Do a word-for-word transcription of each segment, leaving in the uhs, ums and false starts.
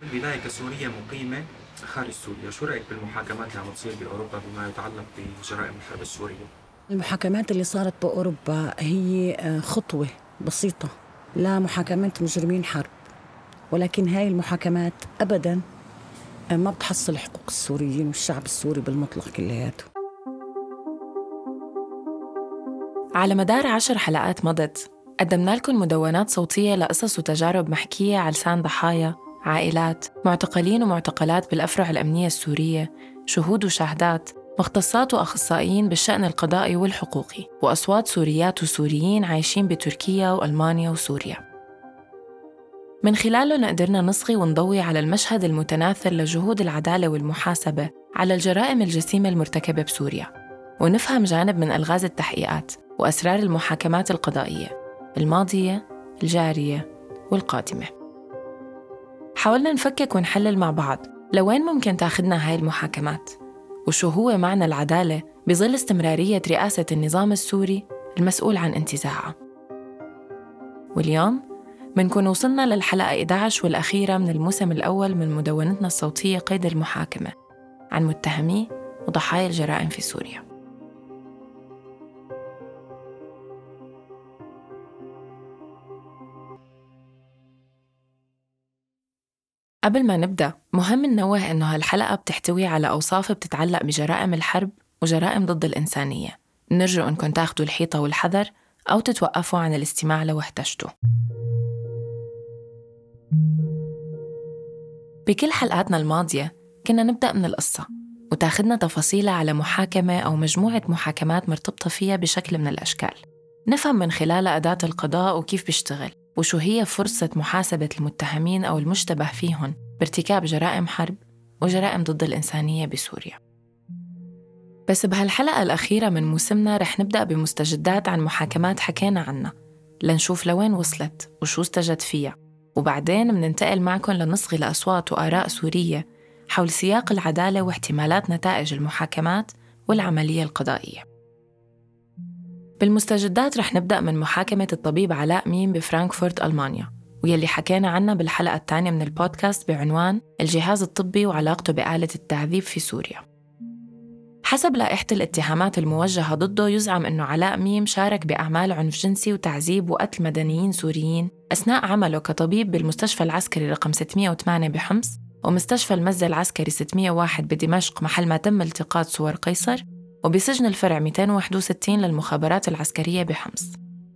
البداية كسورية مقيمة خارج سوريا، شو رأيك بالمحاكمات اللي عم تصير بأوروبا بما يتعلق بجرائم الحرب السورية؟ المحاكمات اللي صارت بأوروبا هي آه، خطوة بسيطة لمحاكمة مجرمين حرب، ولكن هاي المحاكمات أبداً آه، ما بتحصل حقوق السوريين والشعب السوري بالمطلق كلياته. على مدار عشر حلقات مضت قدمنا لكم مدونات صوتية لقصص وتجارب محكية على لسان ضحايا، عائلات، معتقلين ومعتقلات بالأفرع الأمنية السورية، شهود وشاهدات، مختصات وأخصائيين بالشأن القضائي والحقوقي، وأصوات سوريات وسوريين عايشين بتركيا وألمانيا وسوريا. من خلالهم قدرنا نصغي ونضوي على المشهد المتناثر لجهود العدالة والمحاسبة على الجرائم الجسيمة المرتكبة بسوريا، ونفهم جانب من ألغاز التحقيقات وأسرار المحاكمات القضائية الماضية، الجارية، والقادمة. حاولنا نفكك ونحلل مع بعض لوين ممكن تاخدنا هاي المحاكمات، وشو هو معنى العدالة بظل استمرارية رئاسة النظام السوري المسؤول عن انتزاعها. واليوم منكون وصلنا للحلقة إحدى عشر والأخيرة من الموسم الأول من مدونتنا الصوتية قيد المحاكمة عن متهمي وضحايا الجرائم في سوريا. قبل ما نبدأ مهم ننوه إنه هالحلقة بتحتوي على أوصاف بتتعلق بجرائم الحرب وجرائم ضد الإنسانية. نرجو إنكم تاخدوا الحيطة والحذر أو تتوقفوا عن الاستماع لو احتجتوا. بكل حلقاتنا الماضية كنا نبدأ من القصة وتاخدنا تفاصيلها على محاكمة أو مجموعة محاكمات مرتبطة فيها بشكل من الأشكال، نفهم من خلالها أداة القضاء وكيف بيشتغل، وشو هي فرصة محاسبة المتهمين أو المشتبه فيهم بارتكاب جرائم حرب وجرائم ضد الإنسانية بسوريا. بس بهالحلقة الأخيرة من موسمنا رح نبدأ بمستجدات عن محاكمات حكينا عنها لنشوف لوين وصلت وشو استجد فيها، وبعدين مننتقل معكم لنصغي لأصوات وآراء سورية حول سياق العدالة واحتمالات نتائج المحاكمات والعملية القضائية. بالمستجدات رح نبدأ من محاكمة الطبيب علاء ميم بفرانكفورت ألمانيا، ويلي حكينا عنها بالحلقة الثانية من البودكاست بعنوان الجهاز الطبي وعلاقته بآلة التعذيب في سوريا. حسب لائحة الاتهامات الموجهة ضده يزعم أنه علاء ميم شارك بأعمال عنف جنسي وتعذيب وقتل مدنيين سوريين أثناء عمله كطبيب بالمستشفى العسكري رقم ستمية وثمانية بحمص ومستشفى المزة العسكري ستمية وواحد بدمشق محل ما تم التقاط صور قيصر، وبسجن الفرع مئتين وواحد وستين للمخابرات العسكرية بحمص.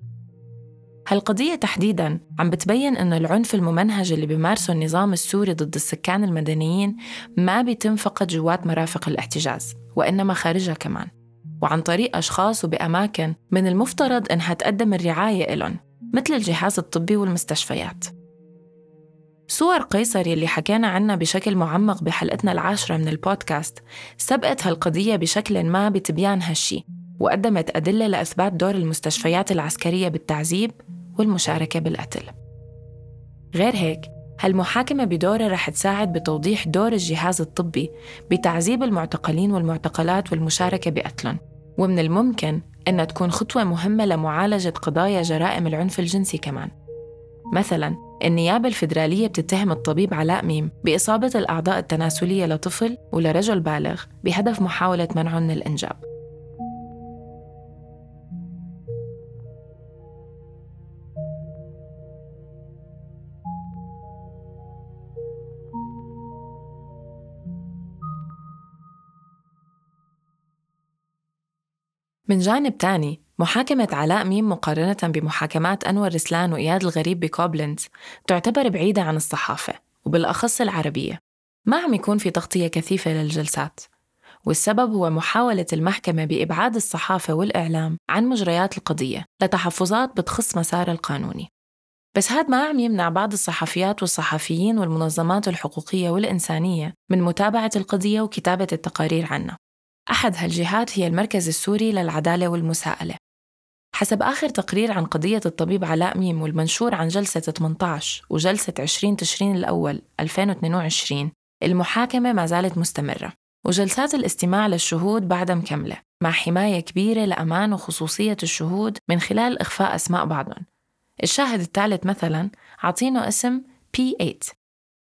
هالقضية تحديداً عم بتبين أنه العنف الممنهج اللي بيمارسه النظام السوري ضد السكان المدنيين ما بيتم فقط جوات مرافق الاحتجاز، وإنما خارجها كمان، وعن طريق أشخاص وبأماكن من المفترض أنها تقدم الرعاية إلهم مثل الجهاز الطبي والمستشفيات. صور قيصر يلي حكينا عنها بشكل معمق بحلقتنا العاشرة من البودكاست سبقت هالقضية بشكل ما بتبيان هالشي، وقدمت أدلة لإثبات دور المستشفيات العسكرية بالتعذيب والمشاركة بالقتل. غير هيك، هالمحاكمة بدورها رح تساعد بتوضيح دور الجهاز الطبي بتعذيب المعتقلين والمعتقلات والمشاركة بقتلهم، ومن الممكن أنها تكون خطوة مهمة لمعالجة قضايا جرائم العنف الجنسي كمان. مثلاً، النيابة الفيدرالية بتتهم الطبيب علاء ميم بإصابة الأعضاء التناسلية لطفل ولرجل بالغ بهدف محاولة منعه من الإنجاب. من جانب تاني، محاكمة علاء ميم مقارنة بمحاكمات أنور رسلان وإياد الغريب بكوبلنز تعتبر بعيدة عن الصحافة وبالأخص العربية. ما عم يكون في تغطية كثيفة للجلسات، والسبب هو محاولة المحكمة بإبعاد الصحافة والإعلام عن مجريات القضية لتحفظات بتخص مسار القانوني. بس هاد ما عم يمنع بعض الصحفيات والصحفيين والمنظمات الحقوقية والإنسانية من متابعة القضية وكتابة التقارير عنها. أحد هالجهات هي المركز السوري للعدالة والمساءلة. حسب آخر تقرير عن قضية الطبيب علاء ميم والمنشور عن جلسة ثمانية عشر وجلسة عشرين تشرين الأول ألفين واثنين وعشرين، المحاكمة ما زالت مستمرة، وجلسات الاستماع للشهود بعدها مكملة مع حماية كبيرة لأمان وخصوصية الشهود من خلال إخفاء أسماء بعضهم. الشاهد الثالث مثلاً عطينه اسم بي ثمانية.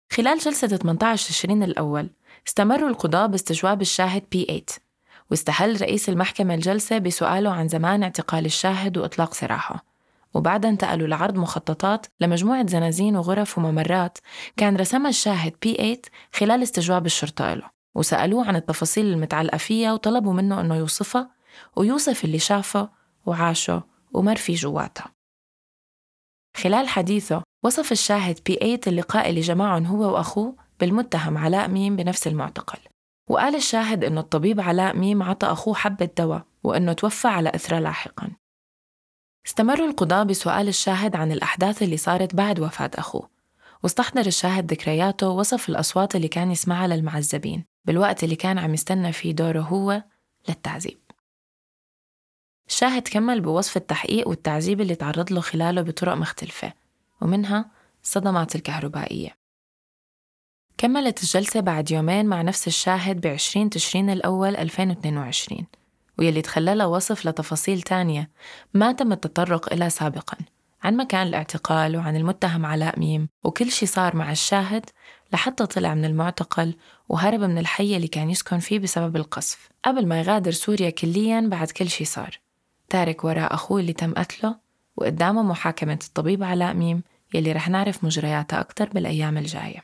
خلال جلسة ثمانية عشر تشرين الأول استمروا القضاة باستجواب الشاهد بي ثمانية، واستهل رئيس المحكمة الجلسة بسؤاله عن زمان اعتقال الشاهد وإطلاق سراحه، وبعدها انتقلوا لعرض مخططات لمجموعة زنازين وغرف وممرات كان رسمها الشاهد بي ثمانية خلال استجواب الشرطة له، وسألوه عن التفاصيل المتعلقة فيها وطلبوا منه أنه يوصفها ويوصف اللي شافه وعاشه ومر فيه جواتها. خلال حديثه وصف الشاهد بي ثمانية اللقاء اللي جمعهم هو وأخوه بالمتهم علاء ميم بنفس المعتقل، وقال الشاهد إنه الطبيب علاء ميم عطى أخوه حبة دواء وإنه توفى على إثرها لاحقاً. استمروا القضاة بسؤال الشاهد عن الأحداث اللي صارت بعد وفاة أخوه، واستحضر الشاهد ذكرياته ووصف الأصوات اللي كان يسمعها للمعذبين بالوقت اللي كان عم يستنى فيه دوره هو للتعذيب. الشاهد كمل بوصف التحقيق والتعذيب اللي تعرض له خلاله بطرق مختلفة، ومنها الصدمات الكهربائية. كملت الجلسة بعد يومين مع نفس الشاهد بعشرين تشرين الأول ألفين واثنين وعشرين، ويلي تخللها وصف لتفاصيل تانية ما تم التطرق إلى سابقاً عن مكان الاعتقال وعن المتهم علاء ميم وكل شي صار مع الشاهد لحتى طلع من المعتقل وهرب من الحي اللي كان يسكن فيه بسبب القصف قبل ما يغادر سوريا كلياً بعد كل شي صار، تارك وراء أخوه اللي تم قتله وقدامه محاكمة الطبيب علاء ميم يلي رح نعرف مجرياتها أكتر بالأيام الجاية.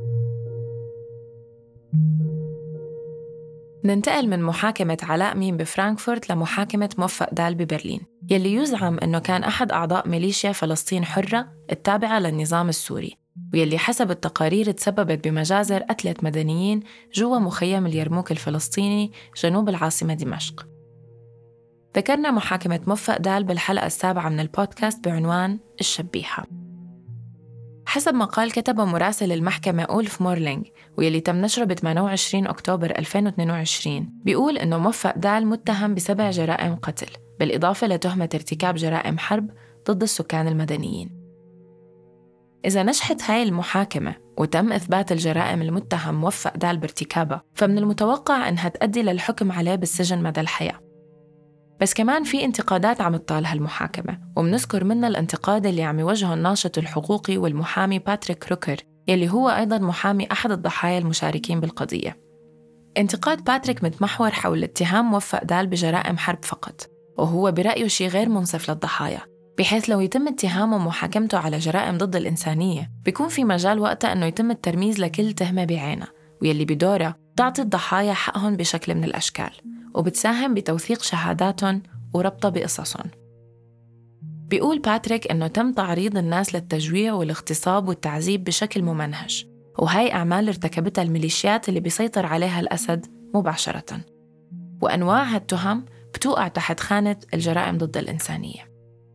ننتقل من محاكمة علاء ميم بفرانكفورت لمحاكمة موفق دال ببرلين، يلي يزعم أنه كان أحد أعضاء ميليشيا فلسطين حرة التابعة للنظام السوري، ويلي حسب التقارير تسببت بمجازر قتلة مدنيين جوا مخيم اليرموك الفلسطيني جنوب العاصمة دمشق. ذكرنا محاكمة موفق دال بالحلقة السابعة من البودكاست بعنوان الشبيحة. حسب مقال كتبه مراسل المحكمة أولف مورلينغ ويلي تم نشره ب ثمانية وعشرين أكتوبر ألفين واثنين وعشرين، بيقول إنه موفق دال متهم بسبع جرائم قتل بالإضافة لتهمة ارتكاب جرائم حرب ضد السكان المدنيين. إذا نجحت هاي المحاكمة وتم إثبات الجرائم المتهم موفق دال بارتكابها، فمن المتوقع إنها تؤدي للحكم عليه بالسجن مدى الحياة. بس كمان في انتقادات عم تطال هالمحاكمة، ومنذكر منها الانتقاد اللي عم يوجهه الناشط الحقوقي والمحامي باتريك روكر يلي هو أيضاً محامي أحد الضحايا المشاركين بالقضية. انتقاد باتريك متمحور حول اتهام موفق دال بجرائم حرب فقط، وهو برأيه شيء غير منصف للضحايا، بحيث لو يتم اتهامه ومحاكمته على جرائم ضد الإنسانية بيكون في مجال وقتها أنه يتم الترميز لكل تهمة بعينها، ويلي بدورها تعطي الضحايا حقهم بشكل من الأشكال وبتساهم بتوثيق شهاداتهم وربطها بقصصهم. بيقول باتريك إنه تم تعريض الناس للتجويع والاغتصاب والتعذيب بشكل ممنهج، وهي أعمال ارتكبتها الميليشيات اللي بيسيطر عليها الأسد مباشرة، وأنواع هالتهم بتوقع تحت خانة الجرائم ضد الإنسانية.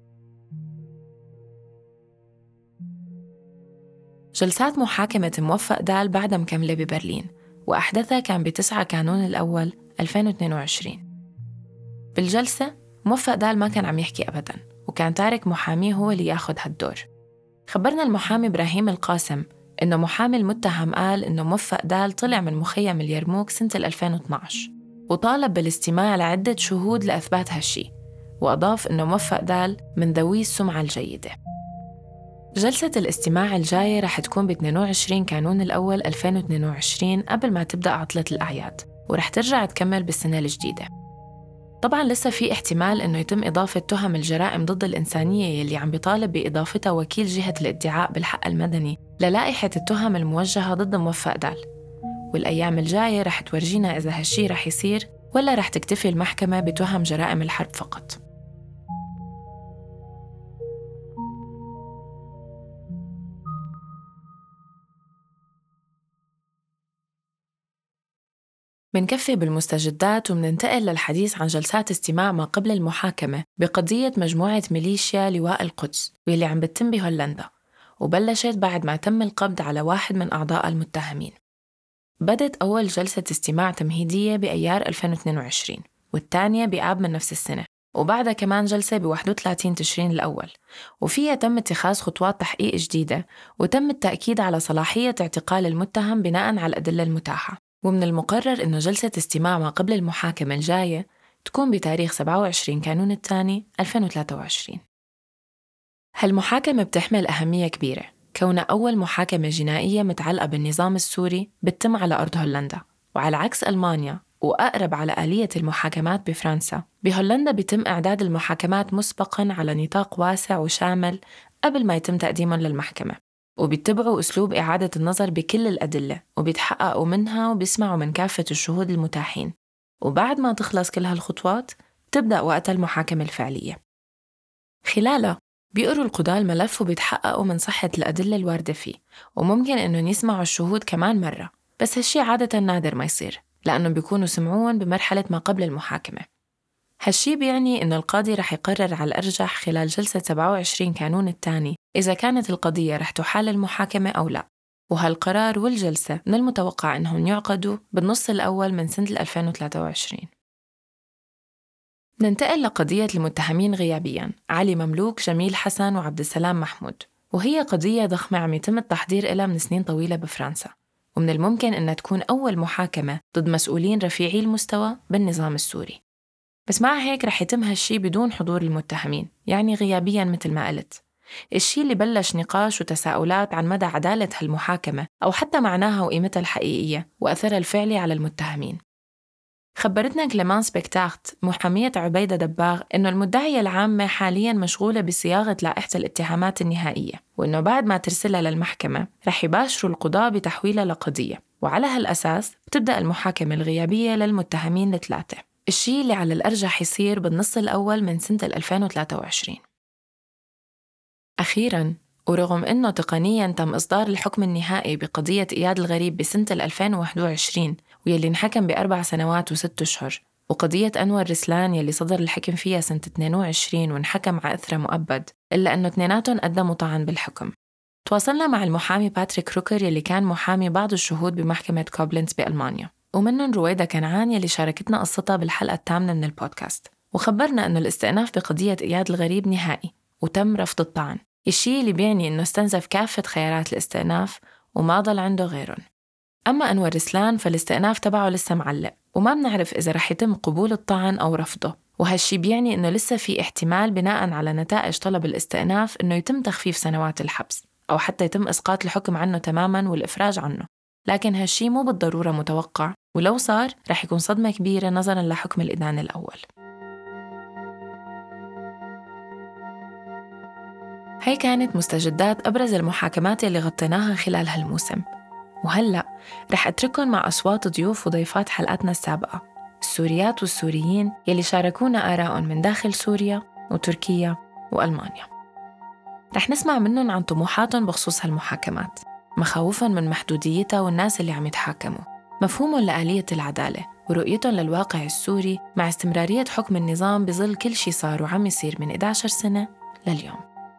جلسات محاكمة موفق دال بعدها مكملة ببرلين، وأحدثها كان بتسعة كانون الأول ألفين واثنين وعشرين. بالجلسة موفق دال ما كان عم يحكي أبداً، وكان تارك محاميه هو اللي ياخد هالدور. خبرنا المحامي إبراهيم القاسم إنه محامي المتهم قال إنه موفق دال طلع من مخيم اليرموك سنة ألفين واثناشر وطالب بالاستماع لعدة شهود لإثبات هالشي، وأضاف إنه موفق دال من ذوي السمعة الجيدة. جلسة الاستماع الجاية رح تكون ب اثنين وعشرين كانون الأول ألفين واثنين وعشرين قبل ما تبدأ عطلة الأعياد، ورح ترجع تكمل بالسنة الجديدة. طبعاً لسه في احتمال إنه يتم إضافة تهم الجرائم ضد الإنسانية يلي عم بيطالب بإضافتها وكيل جهة الادعاء بالحق المدني للائحة التهم الموجهة ضد موفق دال، والأيام الجاية رح تورجينا إذا هالشي رح يصير ولا رح تكتفي المحكمة بتهم جرائم الحرب فقط. منكفي بالمستجدات ومننتقل للحديث عن جلسات استماع ما قبل المحاكمة بقضية مجموعة ميليشيا لواء القدس واللي عم بتتم بهولندا، وبلشت بعد ما تم القبض على واحد من أعضاء المتهمين. بدت أول جلسة استماع تمهيدية بأيار ألفين واثنين وعشرين والثانية بآب من نفس السنة، وبعدها كمان جلسة ب واحد وثلاثين تشرين الأول، وفيها تم اتخاذ خطوات تحقيق جديدة وتم التأكيد على صلاحية اعتقال المتهم بناء على الأدلة المتاحة. ومن المقرر إنه جلسة استماع ما قبل المحاكمة الجاية تكون بتاريخ سبعة وعشرين كانون الثاني ألفين وثلاثة وعشرين. هالمحاكمة بتحمل أهمية كبيرة، كونها أول محاكمة جنائية متعلقة بالنظام السوري بتتم على أرض هولندا. وعلى عكس ألمانيا وأقرب على آلية المحاكمات بفرنسا، بهولندا بيتم إعداد المحاكمات مسبقاً على نطاق واسع وشامل قبل ما يتم تقديمهم للمحكمة، وبيتبعوا أسلوب إعادة النظر بكل الأدلة وبيتحققوا منها وبيسمعوا من كافة الشهود المتاحين، وبعد ما تخلص كل هالخطوات تبدأ وقتها المحاكمة الفعلية. خلالها بيقروا القضاة الملف وبيتحققوا من صحة الأدلة الواردة فيه، وممكن إنهم يسمعوا الشهود كمان مرة، بس هالشي عادة نادر ما يصير لأنهم بيكونوا سمعوهم بمرحلة ما قبل المحاكمة. هالشي بيعني إنه القاضي رح يقرر على الأرجح خلال جلسة سبعة وعشرين كانون الثاني إذا كانت القضية رح تحال المحاكمة أو لا، وهالقرار والجلسة من المتوقع إنهم يعقدوا بالنص الأول من سنة ألفين وثلاثة وعشرين. ننتقل لقضية المتهمين غيابياً علي مملوك، جميل حسن وعبد السلام محمود، وهي قضية ضخمة عم يتم التحضير إلها من سنين طويلة بفرنسا، ومن الممكن أنها تكون أول محاكمة ضد مسؤولين رفيعي المستوى بالنظام السوري. بس مع هيك رح يتم هالشي بدون حضور المتهمين، يعني غيابياً مثل ما قلت. الشي اللي بلش نقاش وتساؤلات عن مدى عدالة هالمحاكمة أو حتى معناها وقيمتها الحقيقية وأثرها الفعلي على المتهمين. خبرتنا كليمانس بكتارت محامية عبيدة دباغ إنه المدعية العامة حالياً مشغولة بصياغة لائحة الاتهامات النهائية، وإنه بعد ما ترسلها للمحكمة رح يباشروا القضاة بتحويلها لقضية، وعلى هالأساس بتبدأ المحاكمة الغيابية للمتهمين الثلاثة، الشيء اللي على الأرجح يصير بالنص الأول من سنة ألفين وثلاثة وعشرين. أخيراً، ورغم أنه تقنياً تم إصدار الحكم النهائي بقضية إياد الغريب بسنة ألفين وواحد وعشرين ويلي انحكم بأربع سنوات وست أشهر، وقضية أنور رسلان يلي صدر الحكم فيها سنة اثنين وعشرين وانحكم على أثره مؤبد، إلا أنه اثنيناتهم قدموا طعن بالحكم. تواصلنا مع المحامي باتريك روكر يلي كان محامي بعض الشهود بمحكمة كوبلنز بألمانيا، ومنهم رويدة كنعان يلي شاركتنا قصتها بالحلقة الثامنة من البودكاست، وخبرنا أنه الاستئناف بقضية إياد الغريب نهائي وتم رفض الطعن، الشيء اللي بيعني أنه استنزف كافة خيارات الاستئناف وما ضل عنده غيرهم. أما أنور رسلان فالاستئناف تبعه لسه معلق، وما بنعرف إذا رح يتم قبول الطعن أو رفضه، وهالشي بيعني أنه لسه في احتمال بناء على نتائج طلب الاستئناف أنه يتم تخفيف سنوات الحبس أو حتى يتم إسقاط الحكم عنه تماماً والإفراج عنه، لكن هالشي مو بالضرورة متوقع، ولو صار رح يكون صدمة كبيرة نظراً لحكم الإدانة الأول. هاي كانت مستجدات أبرز المحاكمات اللي غطيناها خلال هالموسم، وهلأ رح أترككم مع أصوات ضيوف وضيفات حلقاتنا السابقة، السوريات والسوريين يلي شاركونا آراءهم من داخل سوريا وتركيا وألمانيا. رح نسمع منهم عن طموحاتهم بخصوص هالمحاكمات، مخاوفهم من محدوديتها والناس اللي عم يتحاكموا، مفهومهم لآلية العدالة ورؤيتهم للواقع السوري مع استمرارية حكم النظام بظل كل شي صار وعم يصير من إحدى عشرة سنة لليوم.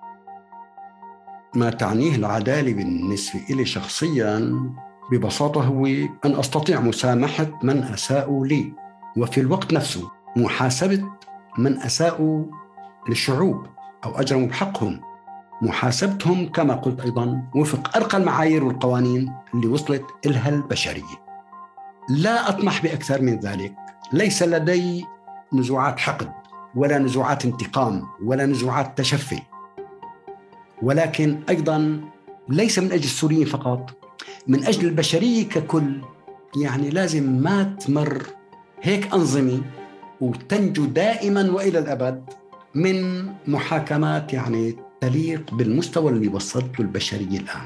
ما تعنيه العدالة بالنسبة إلي شخصياً ببساطة هو أن أستطيع مسامحة من أساءوا لي، وفي الوقت نفسه محاسبة من أساءوا للشعوب أو أجرموا بحقهم، محاسبتهم كما قلت أيضاً وفق أرقى المعايير والقوانين اللي وصلت إلها البشرية. لا أطمح بأكثر من ذلك. ليس لدي نزوعات حقد ولا نزوعات انتقام ولا نزوعات تشفي، ولكن أيضاً ليس من أجل السوريين فقط، من أجل البشرية ككل. يعني لازم ما تمر هيك أنظمة وتنجو دائماً وإلى الأبد من محاكمات يعني تليق بالمستوى اللي وصلت له البشرية الآن.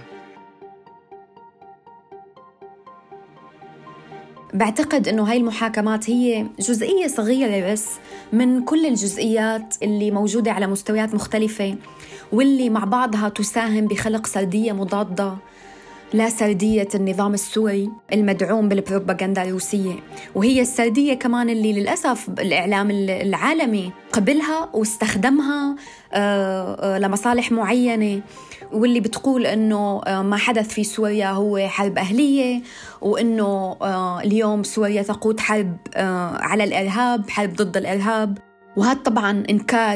بعتقد أنه هاي المحاكمات هي جزئية صغيرة بس من كل الجزئيات اللي موجودة على مستويات مختلفة، واللي مع بعضها تساهم بخلق سردية مضادة لا سردية النظام السوري المدعوم بالبروباغندا الروسية، وهي السردية كمان اللي للأسف الإعلام العالمي قبلها واستخدمها لمصالح معينة، واللي بتقول أنه ما حدث في سوريا هو حرب أهلية، وأنه اليوم سوريا تقود حرب على الإرهاب، حرب ضد الإرهاب. وهذا طبعاً إنكار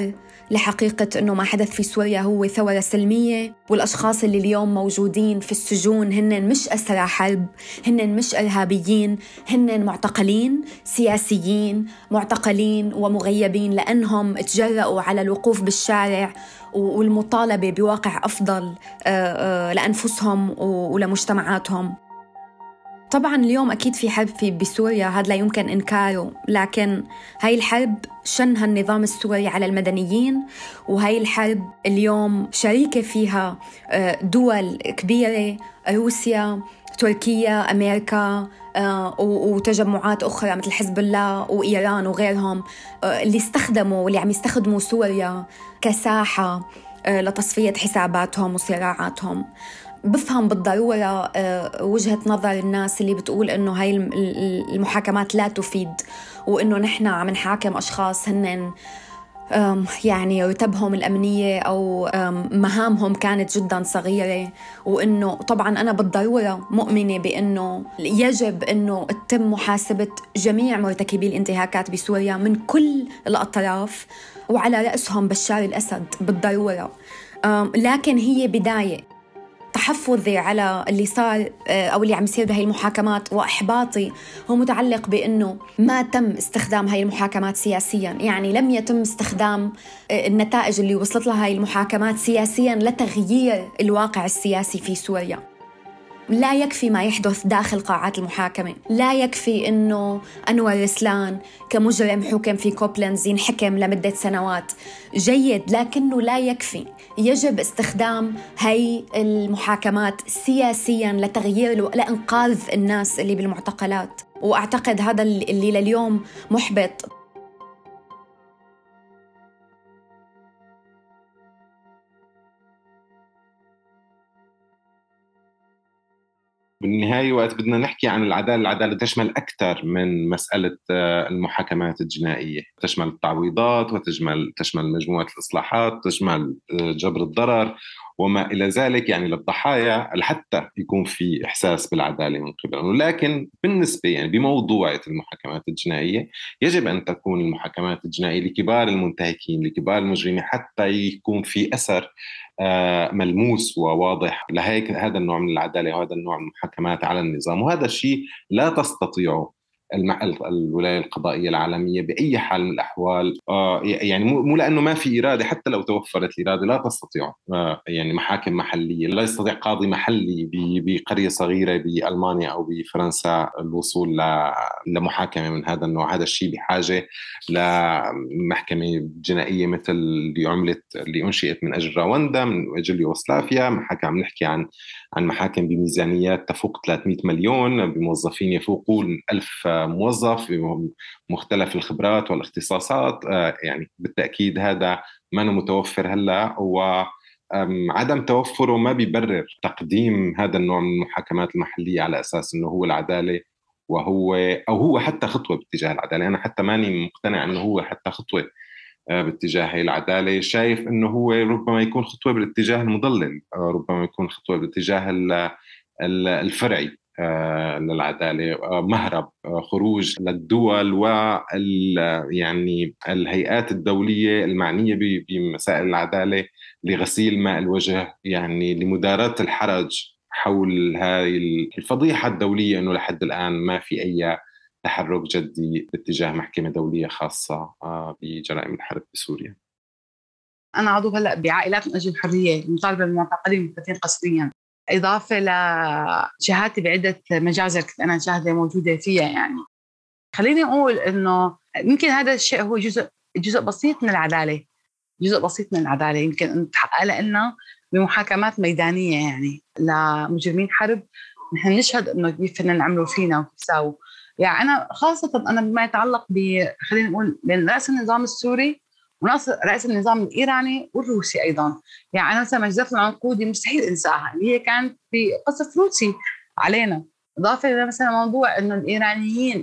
لحقيقة أنه ما حدث في سوريا هو ثورة سلمية، والأشخاص اللي اليوم موجودين في السجون هن مش أسرى حرب، هن مش إرهابيين، هن معتقلين سياسيين، معتقلين ومغيبين لأنهم تجرؤوا على الوقوف بالشارع والمطالبة بواقع أفضل لأنفسهم ولمجتمعاتهم. طبعاً اليوم أكيد في حرب في بسوريا، هذا لا يمكن إنكاره، لكن هاي الحرب شنها النظام السوري على المدنيين، وهاي الحرب اليوم شريكة فيها دول كبيرة، روسيا، تركيا، أمريكا وتجمعات أخرى مثل حزب الله وإيران وغيرهم، اللي استخدموا واللي عم يستخدموا سوريا كساحة لتصفية حساباتهم وصراعاتهم. بفهم بالضرورة وجهة نظر الناس اللي بتقول إنه هاي المحاكمات لا تفيد، وإنه نحن عم نحاكم أشخاص هن يعني رتبهم الأمنية أو مهامهم كانت جدا صغيرة، وإنه طبعا أنا بالضرورة مؤمنة بإنه يجب إنه تتم محاسبة جميع مرتكبي الانتهاكات بسوريا من كل الأطراف، وعلى رأسهم بشار الأسد بالضرورة. لكن هي بداية. تحفظي على اللي صار أو اللي عم يصير بهاي المحاكمات وإحباطي هو متعلق بأنه ما تم استخدام هاي المحاكمات سياسياً، يعني لم يتم استخدام النتائج اللي وصلت لها هاي المحاكمات سياسياً لتغيير الواقع السياسي في سوريا. لا يكفي ما يحدث داخل قاعات المحاكمة، لا يكفي أنه أنور رسلان كمجرم حكم في كوبلنز ينحكم لمدة سنوات، جيد، لكنه لا يكفي. يجب استخدام هاي المحاكمات سياسياً لتغيير لإنقاذ الناس اللي بالمعتقلات، وأعتقد هذا اللي لليوم محبط. بالنهاية وقت بدنا نحكي عن العدالة، العدالة تشمل أكثر من مسألة المحاكمات الجنائية، تشمل التعويضات وتشمل تشمل مجموعة الإصلاحات، تشمل جبر الضرر وما إلى ذلك، يعني للضحايا لحتى يكون في إحساس بالعدالة من قبلهم. لكن بالنسبة يعني بموضوعة المحاكمات الجنائية، يجب أن تكون المحاكمات الجنائية لكبار المنتهكين، لكبار المجرمين، حتى يكون في أثر ملموس وواضح لهيك هذا النوع من العدالة وهذا النوع من المحاكمات على النظام. وهذا الشيء لا تستطيعه الولاية القضائية العالمية بأي حال من الأحوال. يعني مو لأنه ما في إرادة، حتى لو توفرت الإرادة لا تستطيع يعني محاكم محلية، لا يستطيع قاضي محلي بقرية صغيرة بألمانيا أو بفرنسا الوصول لمحاكمة من هذا النوع. هذا الشيء بحاجة لمحكمة جنائية مثل اللي عملت اللي أنشئت من أجل رواندا، من أجل يوغوسلافيا، محاكم عم نحكي عن عن محاكم بميزانيات تفوق ثلاثمئة مليون، بموظفين يفوقون ألف موظف بمختلف الخبرات والاختصاصات. يعني بالتأكيد هذا ما متوفر هلأ، وعدم توفره ما بيبرر تقديم هذا النوع من المحاكمات المحلية على أساس أنه هو العدالة، وهو أو هو حتى خطوة باتجاه العدالة. أنا حتى ماني مقتنع أنه هو حتى خطوة باتجاه هاي العدالة، شايف أنه هو ربما يكون خطوة بالاتجاه المضلل، ربما يكون خطوة بالاتجاه الفرعي للعدالة، مهرب، خروج للدول وال يعني الهيئات الدولية المعنية بمسائل العدالة لغسيل ماء الوجه، يعني لمداراة الحرج حول هاي الفضيحة الدولية أنه لحد الآن ما في أي تحرك جدي باتجاه محكمة دولية خاصة بجرائم الحرب بسوريا. أنا عضو هلأ بعائلات من أجل الحرية، المطالبة بالمعتقلين المثبتين قسرياً، إضافة لشهادتي بعدة مجازر كنت أنا شاهدة موجودة فيها. يعني خليني أقول إنه يمكن هذا الشيء هو جزء جزء بسيط من العدالة، جزء بسيط من العدالة يمكن أن تحقق لنا بمحاكمات ميدانية يعني لمجرمين حرب. نحن نشهد إنه كيف إنهم عملوا فينا وكيف ساووا. يعني أنا خاصة أنا بما يتعلق ب خلينا نقول بين رأس النظام السوري وناس رئيس النظام الإيراني والروسي أيضاً. يعني أنا مثلا مجزرة العنقودي مستحيل إنساها، اللي هي كانت في قصف روسي علينا. إضافة إلى مثلا موضوع إنه الإيرانيين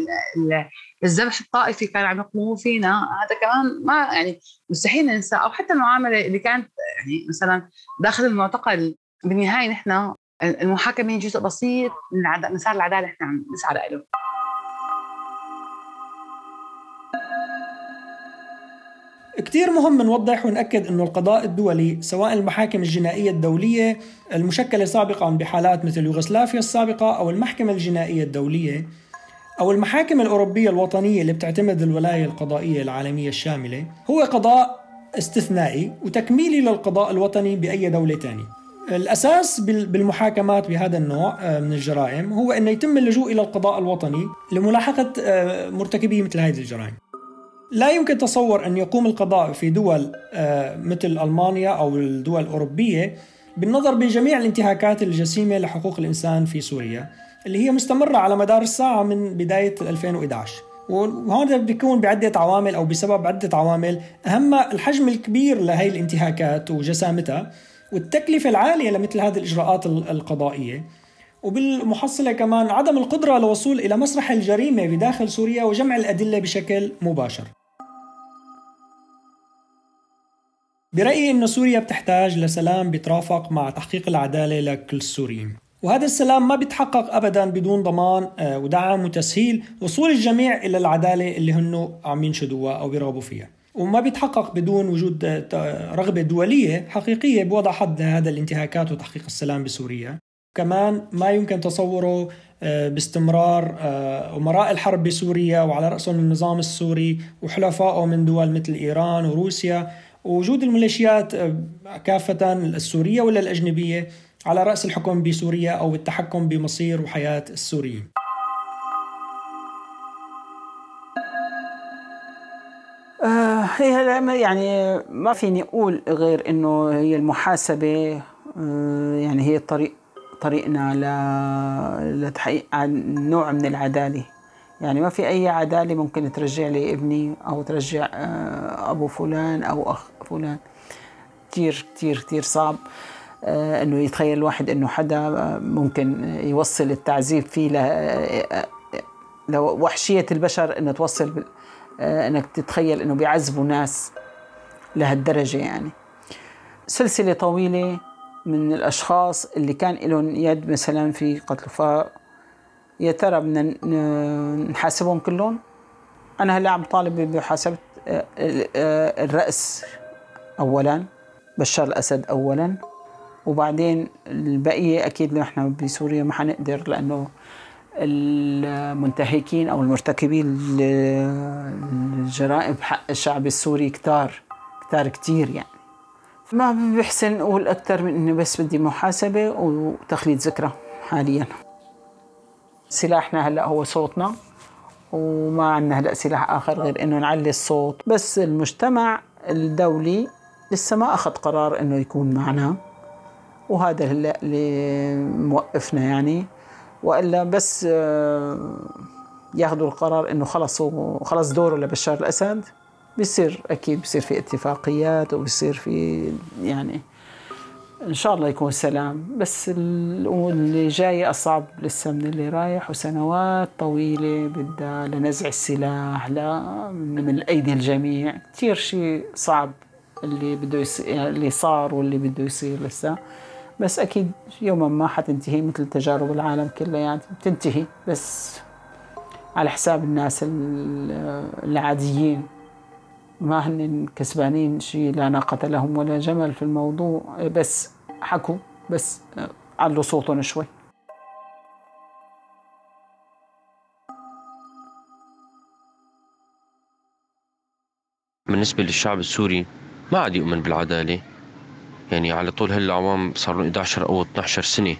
الذبح الطائفي كانوا عم يقوموا فينا، هذا كمان ما يعني مستحيل ننسى. أو حتى المعاملة اللي كانت يعني مثلا داخل المعتقل. بالنهاية نحن المحاكمين جزء بسيط من مسار العدالة نحن عم نسعى له. كتير مهم نوضح ونأكد أنه القضاء الدولي سواء المحاكم الجنائية الدولية المشكلة سابقا بحالات مثل يوغوسلافيا السابقة أو المحكمة الجنائية الدولية أو المحاكم الأوروبية الوطنية اللي بتعتمد الولاية القضائية العالمية الشاملة، هو قضاء استثنائي وتكميلي للقضاء الوطني بأي دولة تانية. الأساس بالمحاكمات بهذا النوع من الجرائم هو أن يتم اللجوء إلى القضاء الوطني لملاحقة مرتكبي مثل هذه الجرائم. لا يمكن تصور أن يقوم القضاء في دول مثل ألمانيا أو الدول الأوروبية بالنظر بجميع الانتهاكات الجسيمة لحقوق الإنسان في سوريا اللي هي مستمرة على مدار الساعة من بداية ألفين وإحدى عشر، وهذا بيكون بعدة عوامل أو بسبب عدة عوامل، أهمها الحجم الكبير لهي الانتهاكات وجسامتها والتكلفة العالية لمثل هذه الإجراءات القضائية، وبالمحصلة كمان عدم القدرة للوصول إلى مسرح الجريمة بداخل سوريا وجمع الأدلة بشكل مباشر. برأيي أن سوريا بتحتاج لسلام بيترافق مع تحقيق العدالة لكل السوريين، وهذا السلام ما بيتحقق أبدا بدون ضمان ودعم وتسهيل وصول الجميع إلى العدالة اللي هنو عم ينشدوها أو بيرغبوا فيها، وما بيتحقق بدون وجود رغبة دولية حقيقية بوضع حد لهذا الانتهاكات وتحقيق السلام بسوريا. كمان ما يمكن تصوره باستمرار أمراء الحرب بسوريا وعلى رأسهم النظام السوري وحلفائه من دول مثل إيران وروسيا، ووجود الميليشيات كافة السورية ولا الأجنبية على رأس الحكم بسوريا أو التحكم بمصير وحياة السوريين. آه هي يعني ما فيني أقول غير إنه هي المحاسبة آه يعني هي طريق طريقنا لتحقيق نوع من العدالة. يعني ما في أي عدالة ممكن ترجع لي ابني أو ترجع آه أبو فلان أو أخ فلان. كتير كتير كتير صعب آه إنه يتخيل الواحد إنه حدا ممكن يوصل التعذيب فيه لوحشية البشر، إنه توصل آه إنك تتخيل إنه بيعذبوا ناس لهالدرجة. يعني سلسلة طويلة من الأشخاص اللي كان لهم يد مثلا في قتل، ف يا ترى بدنا نحاسبهم كلهم؟ أنا هلا عم طالب بمحاسبة الرأس أولا، بشار الأسد أولا، وبعدين البقية أكيد نحن بسوريا ما حنقدر، لأنه المنتهكين أو المرتكبين الجرائم بحق الشعب السوري كتار كتار كتير. يعني ما بحسن أقول أكتر من إنه بس بدي محاسبة وتخليد ذكرى. حاليا سلاحنا هلأ هو صوتنا، وما عندنا هلأ سلاح آخر غير إنه نعلي الصوت. بس المجتمع الدولي لسه ما أخذ قرار إنه يكون معنا، وهذا هلأ اللي موقفنا. يعني وإلا بس ياخذوا القرار إنه خلص خلص دوره لبشار الأسد، بيصير أكيد بيصير في اتفاقيات وبيصير في يعني إن شاء الله يكون سلام. بس اللي جاي أصعب لسه من اللي رايح، وسنوات طويلة بدها لنزع السلاح من أيدي الجميع. كتير شيء صعب اللي بده يصير، اللي صار واللي بده يصير لسه. بس أكيد يوما ما حتنتهي مثل تجارب العالم كلها، يعني بتنتهي بس على حساب الناس العاديين، ما هن كسبانين شيء، لا ناقة لهم ولا جمل في الموضوع، بس حكوا بس علوا صوتهم شوي. بالنسبة للشعب السوري ما عاد يؤمن بالعدالة. يعني على طول هالعوام صار لهم إحدى عشر أو اثنتي عشرة سنة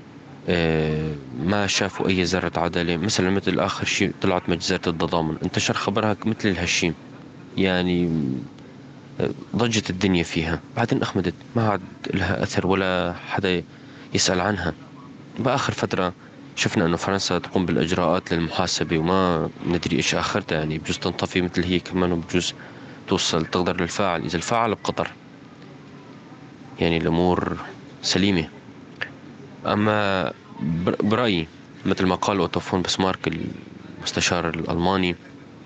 ما شافوا أي ذرة عدالة. مثلا مثل آخر شيء طلعت مجزرة التضامن، انتشر خبرها مثل الهشيم، يعني ضجت الدنيا فيها، بعدين أخمدت، ما عاد لها أثر ولا حدا يسأل عنها. بآخر فترة شفنا أنه فرنسا تقوم بالإجراءات للمحاسبة وما ندري إيش آخرتها، يعني بجوز تنطفي مثل هي كمان، وبجوز توصل تقدر للفاعل إذا الفاعل بقطر. يعني الأمور سليمة. أما برأيي مثل ما قال أوتو فون بسمارك المستشار الألماني،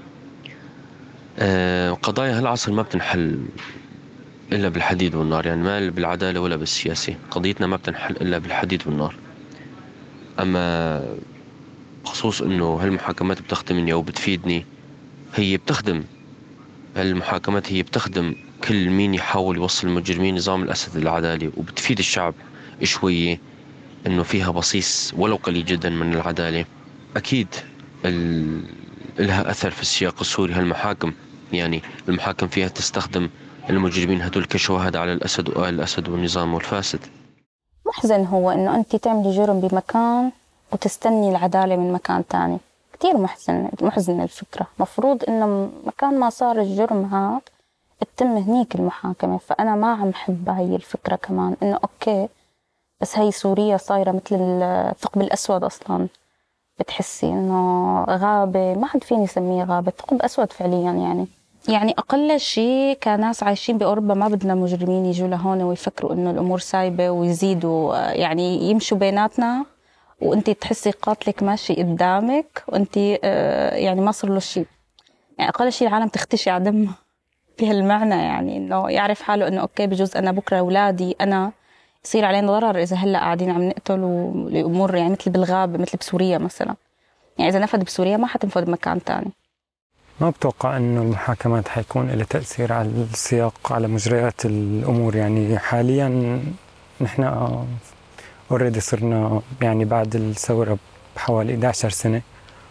قضايا هالعصر ما بتنحل إلا بالحديد والنار. يعني ما بالعدالة ولا بالسياسة، قضيتنا ما بتنحل إلا بالحديد والنار. أما بخصوص إنه هالمحاكمات بتخدمني أو بتفيدني، هي بتخدم المحاكمات هي بتخدم كل مين يحاول يوصل المجرمين نظام الأسد العدالة، وبتفيد الشعب شوية إنه فيها بصيص ولو قليل جدا من العدالة. أكيد ال... لها أثر في السياق السوري هالمحاكم، يعني المحاكم فيها تستخدم المجرمين هدول كشواهد على الأسد وآل الأسد والنظام والفاسد. محزن هو إنه أنت تعملي جرم بمكان وتستني العدالة من مكان تاني، كتير محزن محزن الفكرة. مفروض إنه مكان ما صار الجرم هاد تتم هنيك المحاكمة. فأنا ما عم حب هاي الفكرة كمان، إنه أوكي بس هاي سوريا صايرة مثل الثقب الأسود أصلاً. بتحسي إنه غابة، ما حد فيني يسميه غابة، ثقب أسود فعلياً. يعني يعني أقل شيء كناس عايشين بأوروبا ما بدنا مجرمين يجوا لهون ويفكروا إنه الأمور سايبة ويزيدوا يعني يمشوا بيناتنا، وأنتي تحسي قاتلك ماشي قدامك وأنتي يعني ما صار له شيء. يعني أقل شيء العالم تختشي على دمها بهالمعنى، يعني إنه يعرف حاله إنه أوكي بجوز أنا بكرة أولادي أنا يصير علينا ضرر إذا هلأ قاعدين عم نقتل لأمور يعني مثل بالغابة مثل بسوريا مثلا. يعني إذا نفذ بسوريا ما حتنفذ بمكان تاني. ما بتوقع إنه المحاكمات حيكون لها تأثير على السياق على مجريات الأمور. يعني حاليا نحن أوريدي صرنا يعني بعد الثورة بحوالي إحدى عشرة سنة،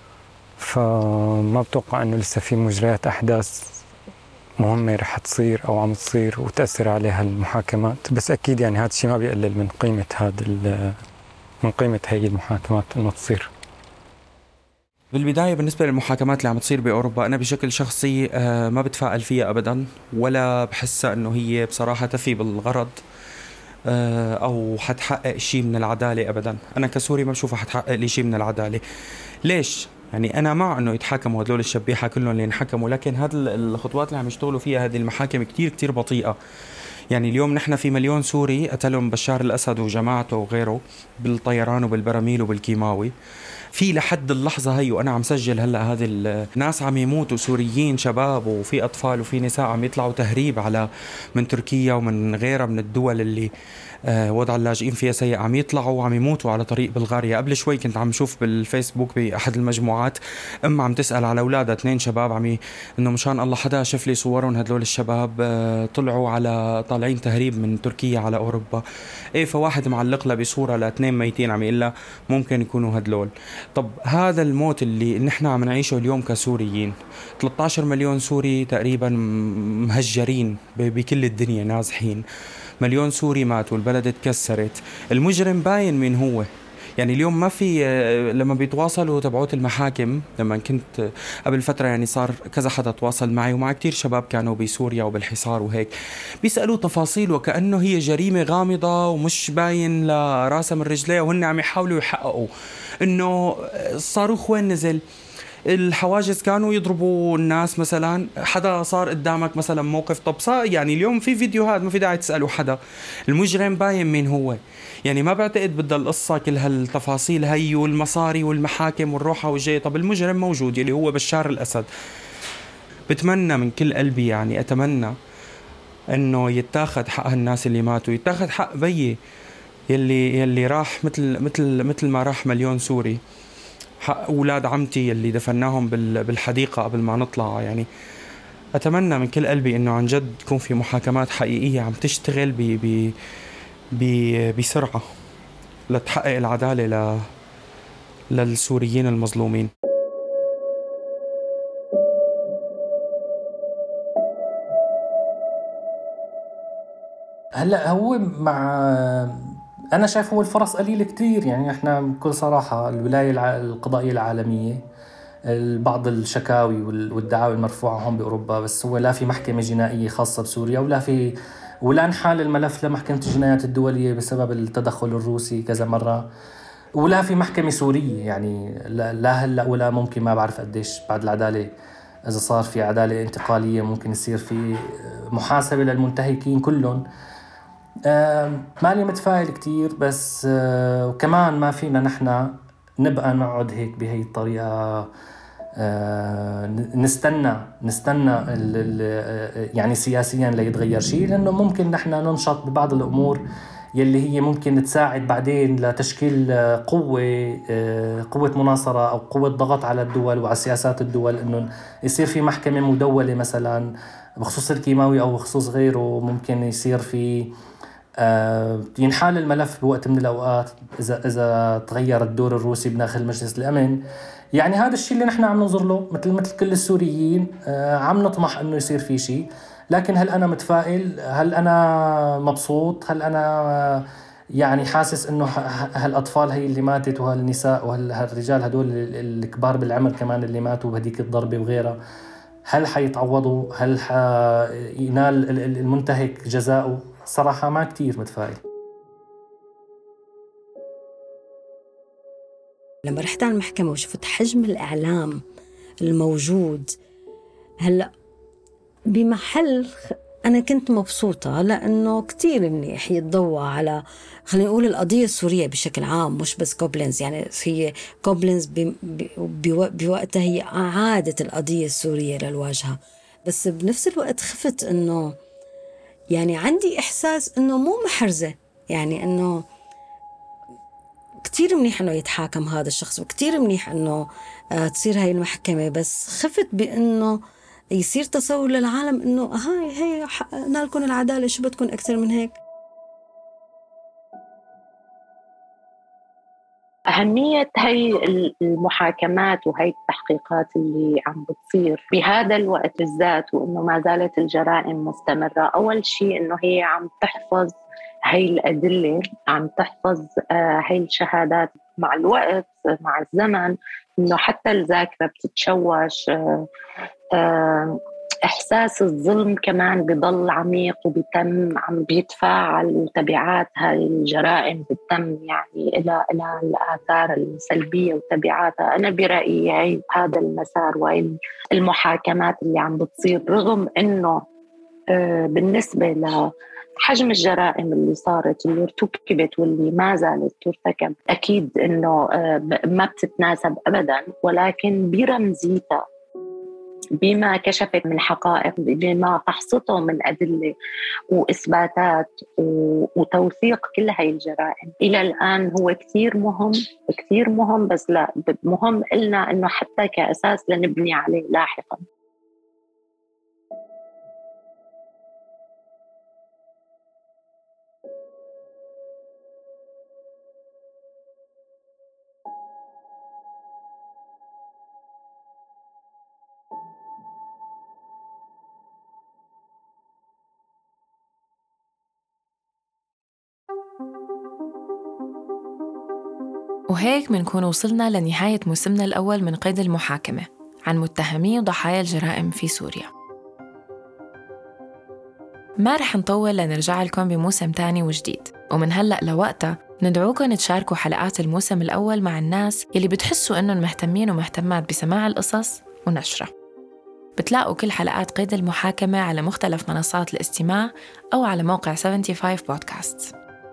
فما بتوقع إنه لسه في مجريات أحداث مهمة رح تصير أو عم تصير وتأثر عليها المحاكمات. بس أكيد يعني هذا الشيء ما بيقلل من قيمة هذا من قيمة هي المحاكمات إنه تصير. بالبداية بالنسبة للمحاكمات اللي عم تصير بأوروبا، أنا بشكل شخصي ما بتفائل فيها أبدا، ولا بحسها أنه هي بصراحة تفي بالغرض أو حتحقق شيء من العدالة أبدا. أنا كسوري ما بشوفها حتحقق لي شيء من العدالة. ليش؟ يعني أنا مع أنه يتحاكموا هدول الشبيحة كلهم اللي ينحكموا، لكن هذه الخطوات اللي عم يشتغلوا فيها هذه المحاكم كتير كتير بطيئة. يعني اليوم نحن في مليون سوري قتلهم بشار الأسد وجماعته وغيره بالطيران وبالبراميل وبالكيماوي. في لحد اللحظة هي وأنا عم سجل هلأ هذه الناس عم يموتوا، سوريين شباب وفي أطفال وفي نساء عم يطلعوا تهريب على من تركيا ومن غيرها من الدول اللي وضع اللاجئين فيها سيء، عم يطلعوا وعم يموتوا على طريق بلغاريا. قبل شوي كنت عم شوف بالفيسبوك بأحد المجموعات أم عم تسأل على أولادها، اثنين شباب عم ي... إنه مشان الله حدا شاف لي صورهم هدول الشباب طلعوا على طالعين تهريب من تركيا على أوروبا. إيه فواحد معلق له بصورة لاثنين ميتين عم يقول له ممكن يكونوا هدول. طب هذا الموت اللي نحن عم نعيشه اليوم كسوريين، ثلاثة عشر مليون سوري تقريبا مهجرين بكل الدنيا نازحين، مليون سوري مات والبلد اتكسرت. المجرم باين مين هو. يعني اليوم ما في لما بيتواصلوا تبعوت المحاكم، لما كنت قبل فترة يعني صار كذا حدا تواصل معي ومع كتير شباب كانوا بسوريا وبالحصار وهيك، بيسألوا تفاصيل وكأنه هي جريمة غامضة ومش باين لراسها من رجليه، وهن عم يحاولوا يحققوا انه الصاروخ وين نزل، الحواجز كانوا يضربوا الناس مثلا، حدا صار قدامك مثلا موقف. طب صار يعني اليوم في فيديوهات ما في داعي تسألوا حدا، المجرم باين مين هو. يعني ما بعتقد بدها القصة كل هالتفاصيل هي والمصاري والمحاكم والروحة والجاي. طب المجرم موجود اللي هو بشار الأسد. بتمنى من كل قلبي يعني أتمنى انه يتاخد حق هالناس اللي ماتوا، يتاخد حق بيي يلي يلي راح مثل مثل مثل ما راح مليون سوري، حق أولاد عمتي اللي دفناهم بالحديقة قبل ما نطلع. يعني أتمنى من كل قلبي إنه عن جد يكون في محاكمات حقيقية عم تشتغل ب ب ب بسرعة لتحقق العدالة ل للسوريين المظلومين. هلا هو مع أنا شايف هو الفرص قليلة كتير. يعني إحنا بكل صراحة الولاية الع... القضائية العالمية بعض الشكاوي والدعاوى المرفوعة هون بأوروبا، بس هو لا في محكمة جنائية خاصة بسوريا ولا في ولا انحال الملف لمحكمة الجنايات الدولية بسبب التدخل الروسي كذا مرة، ولا في محكمة سورية. يعني لا هلا ولا ممكن ما بعرف قديش بعد العدالة إذا صار في عدالة انتقالية ممكن يصير في محاسبة للمنتهكين كلهم. آه مالي متفائل كتير، بس آه وكمان ما فينا نحن نبقى نقعد هيك بهي الطريقة آه نستنى نستنى ال ال يعني سياسيا ليتغير شيء، لأنه ممكن نحن ننشط ببعض الأمور يلي هي ممكن تساعد بعدين لتشكيل قوة قوة مناصرة أو قوة ضغط على الدول وعلى سياسات الدول، إنه يصير في محكمة مدولة مثلا بخصوص الكيماوي أو بخصوص غيره. ممكن يصير في ينحال الملف بوقت من الأوقات إذا إذا تغير الدور الروسي بداخل مجلس الأمن. يعني هذا الشيء اللي نحن عم ننظر له مثل مثل كل السوريين، عم نطمح إنه يصير في شيء. لكن هل أنا متفائل؟ هل أنا مبسوط؟ هل أنا يعني حاسس إنه هالأطفال هي اللي ماتت وهالنساء وهالرجال هدول الكبار بالعمر كمان اللي ماتوا بهديك الضربة وغيرها، هل حيتعوضوا؟ هل حينال المنتهك جزاؤه؟ صراحة ما كتير متفائل. لما رحت على المحكمة وشفت حجم الإعلام الموجود هلأ بمحل، أنا كنت مبسوطة لأنه كتير منيح يتضوى على خلينا نقول القضية السورية بشكل عام، مش بس كوبلينز. يعني هي كوبلينز بوقتها هي أعادت القضية السورية للواجهة، بس بنفس الوقت خفت أنه يعني عندي إحساس أنه مو محرزة، يعني أنه كتير منيح أنه يتحاكم هذا الشخص وكتير منيح أنه تصير هاي المحكمة، بس خفت بأنه يصير تصور للعالم أنه هاي هي حقنا لكم العدالة، شو بدكم أكثر من هيك؟ أهمية هاي المحاكمات وهاي التحقيقات اللي عم بتصير بهذا الوقت بالذات، وإنه ما زالت الجرائم مستمرة. أول شيء إنه هي عم تحفظ هاي الأدلة، عم تحفظ هاي الشهادات مع الوقت مع الزمن، إنه حتى الذاكرة بتتشوش، إحساس الظلم كمان بضل عميق وبيتم عم بيتفاعل، وتبعات هاي الجرائم بتتم يعني إلى إلى الآثار السلبية وتبعاتها. أنا برأيي هاي هذا المسار وهي المحاكمات اللي عم بتصير، رغم إنه بالنسبة لحجم الجرائم اللي صارت اللي ارتكبت واللي ما زالت ترتكب، أكيد إنه ما بتتناسب أبدا، ولكن برمزيتها بما كشفت من حقائق، بما فحصته من أدلة وإثباتات وتوثيق كل هاي الجرائم إلى الآن، هو كثير مهم كثير مهم. بس لا مهم إلنا إنه حتى كأساس لنبني عليه لاحقا. وهيك منكون وصلنا لنهاية موسمنا الأول من قيد المحاكمة عن متهمي وضحايا الجرائم في سوريا. ما رح نطول لنرجع لكم بموسم تاني وجديد، ومن هلأ لوقتها ندعوكم تشاركوا حلقات الموسم الأول مع الناس يلي بتحسوا إنهم مهتمين ومهتمات بسماع القصص ونشرها. بتلاقوا كل حلقات قيد المحاكمة على مختلف منصات الاستماع أو على موقع خمسة وسبعين بودكاست.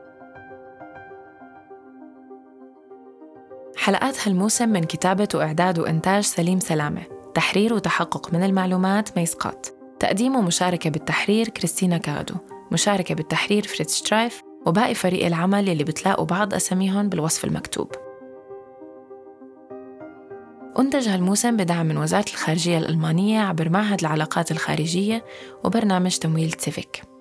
حلقات هالموسم من كتابة وإعداد وإنتاج سليم سلامة، تحرير وتحقق من المعلومات ميسقات، تقديم ومشاركة بالتحرير كريستينا كادو، مشاركة بالتحرير فريتز شترايف، وباقي فريق العمل يلي بتلاقوا بعض أساميهم بالوصف المكتوب. أنتج هالموسم بدعم من وزارة الخارجية الألمانية عبر معهد العلاقات الخارجية وبرنامج تمويل سيفيك.